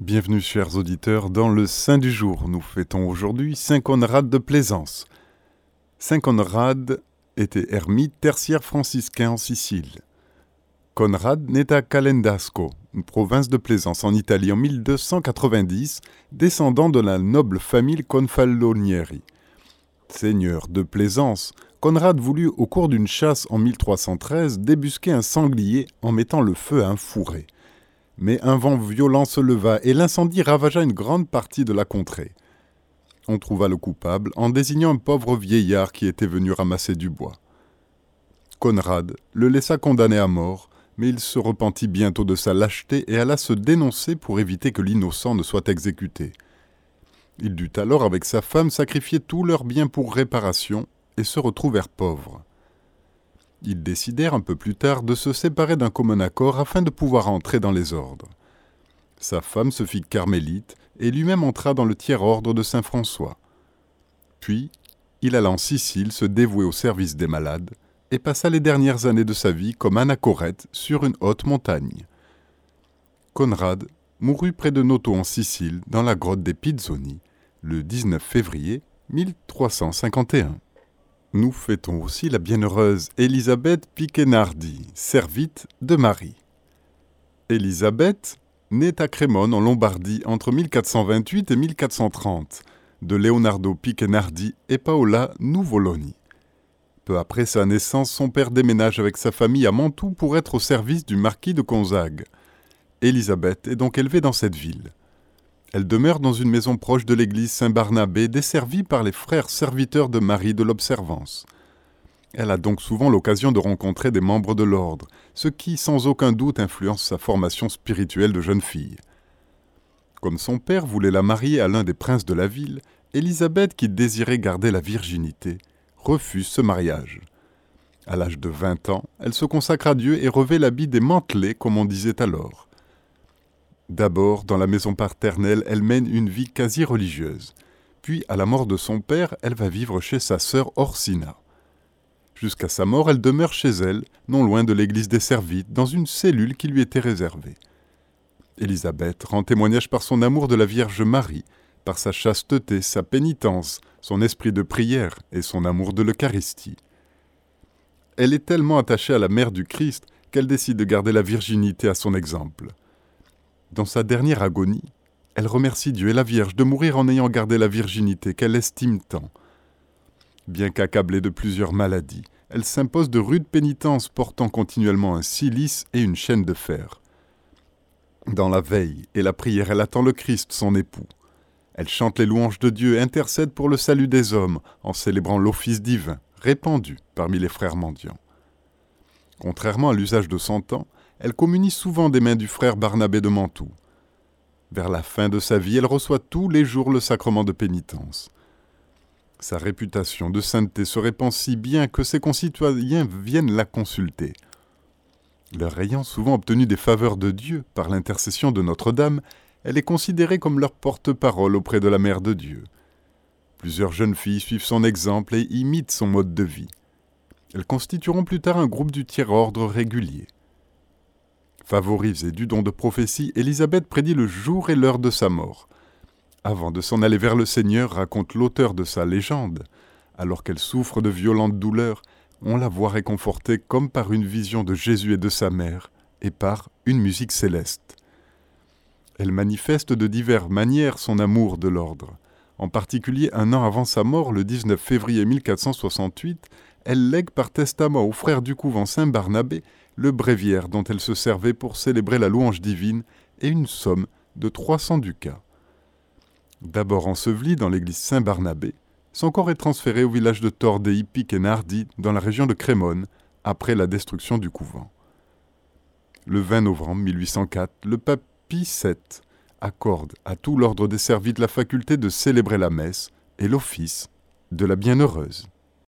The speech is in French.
Bienvenue chers auditeurs dans le Saint du jour. Nous fêtons aujourd'hui Saint Conrad de Plaisance. Saint Conrad était ermite tertiaire franciscain en Sicile. Conrad naît à Calendasco, une province de Plaisance en Italie en 1290, descendant de la noble famille Confalonieri. Seigneur de Plaisance, Conrad voulut au cours d'une chasse en 1313 débusquer un sanglier en mettant le feu à un fourré. Mais un vent violent se leva et l'incendie ravagea une grande partie de la contrée. On trouva le coupable en désignant un pauvre vieillard qui était venu ramasser du bois. Conrad le laissa condamner à mort, mais il se repentit bientôt de sa lâcheté et alla se dénoncer pour éviter que l'innocent ne soit exécuté. Il dut alors avec sa femme sacrifier tous leurs biens pour réparation et se retrouvèrent pauvres. Ils décidèrent un peu plus tard de se séparer d'un commun accord afin de pouvoir entrer dans les ordres. Sa femme se fit carmélite et lui-même entra dans le tiers-ordre de Saint François. Puis, il alla en Sicile se dévouer au service des malades et passa les dernières années de sa vie comme anachorète sur une haute montagne. Conrad mourut près de Noto en Sicile, dans la grotte des Pizzoni, le 19 février 1351. Nous fêtons aussi la bienheureuse Élisabeth Piquenardi, servite de Marie. Élisabeth naît à Crémone en Lombardie entre 1428 et 1430, de Leonardo Piquenardi et Paola Nuvoloni. Peu après sa naissance, son père déménage avec sa famille à Mantoue pour être au service du marquis de Gonzague. Élisabeth est donc élevée dans cette ville. Elle demeure dans une maison proche de l'église Saint-Barnabé, desservie par les frères serviteurs de Marie de l'Observance. Elle a donc souvent l'occasion de rencontrer des membres de l'ordre, ce qui, sans aucun doute, influence sa formation spirituelle de jeune fille. Comme son père voulait la marier à l'un des princes de la ville, Élisabeth, qui désirait garder la virginité, refuse ce mariage. À l'âge de 20 ans, elle se consacre à Dieu et revêt l'habit des mantelets, comme on disait alors. D'abord, dans la maison paternelle, elle mène une vie quasi religieuse. Puis, à la mort de son père, elle va vivre chez sa sœur Orsina. Jusqu'à sa mort, elle demeure chez elle, non loin de l'église des Servites, dans une cellule qui lui était réservée. Élisabeth rend témoignage par son amour de la Vierge Marie, par sa chasteté, sa pénitence, son esprit de prière et son amour de l'Eucharistie. Elle est tellement attachée à la mère du Christ qu'elle décide de garder la virginité à son exemple. Dans sa dernière agonie, elle remercie Dieu et la Vierge de mourir en ayant gardé la virginité qu'elle estime tant. Bien qu'accablée de plusieurs maladies, elle s'impose de rudes pénitences portant continuellement un cilice et une chaîne de fer. Dans la veille et la prière, elle attend le Christ, son époux. Elle chante les louanges de Dieu et intercède pour le salut des hommes en célébrant l'office divin, répandu parmi les frères mendiants. Contrairement à l'usage de son temps, elle communie souvent des mains du frère Barnabé de Mantoue. Vers la fin de sa vie, elle reçoit tous les jours le sacrement de pénitence. Sa réputation de sainteté se répand si bien que ses concitoyens viennent la consulter. Leur ayant souvent obtenu des faveurs de Dieu par l'intercession de Notre-Dame, elle est considérée comme leur porte-parole auprès de la Mère de Dieu. Plusieurs jeunes filles suivent son exemple et imitent son mode de vie. Elles constitueront plus tard un groupe du tiers-ordre régulier. Favorisée du don de prophétie, Élisabeth prédit le jour et l'heure de sa mort. Avant de s'en aller vers le Seigneur, raconte l'auteur de sa légende, alors qu'elle souffre de violentes douleurs, on la voit réconfortée comme par une vision de Jésus et de sa mère, et par une musique céleste. Elle manifeste de diverses manières son amour de l'ordre. En particulier, un an avant sa mort, le 19 février 1468, elle lègue par testament aux frères du couvent Saint-Barnabé le bréviaire dont elle se servait pour célébrer la louange divine et une somme de 300 ducats. D'abord enseveli dans l'église Saint-Barnabé, son corps est transféré au village de Tordei Piquenardi dans la région de Crémone après la destruction du couvent. Le 20 novembre 1804, le pape Pie VII accorde à tout l'ordre des Servites la faculté de célébrer la messe et l'office de la Bienheureuse.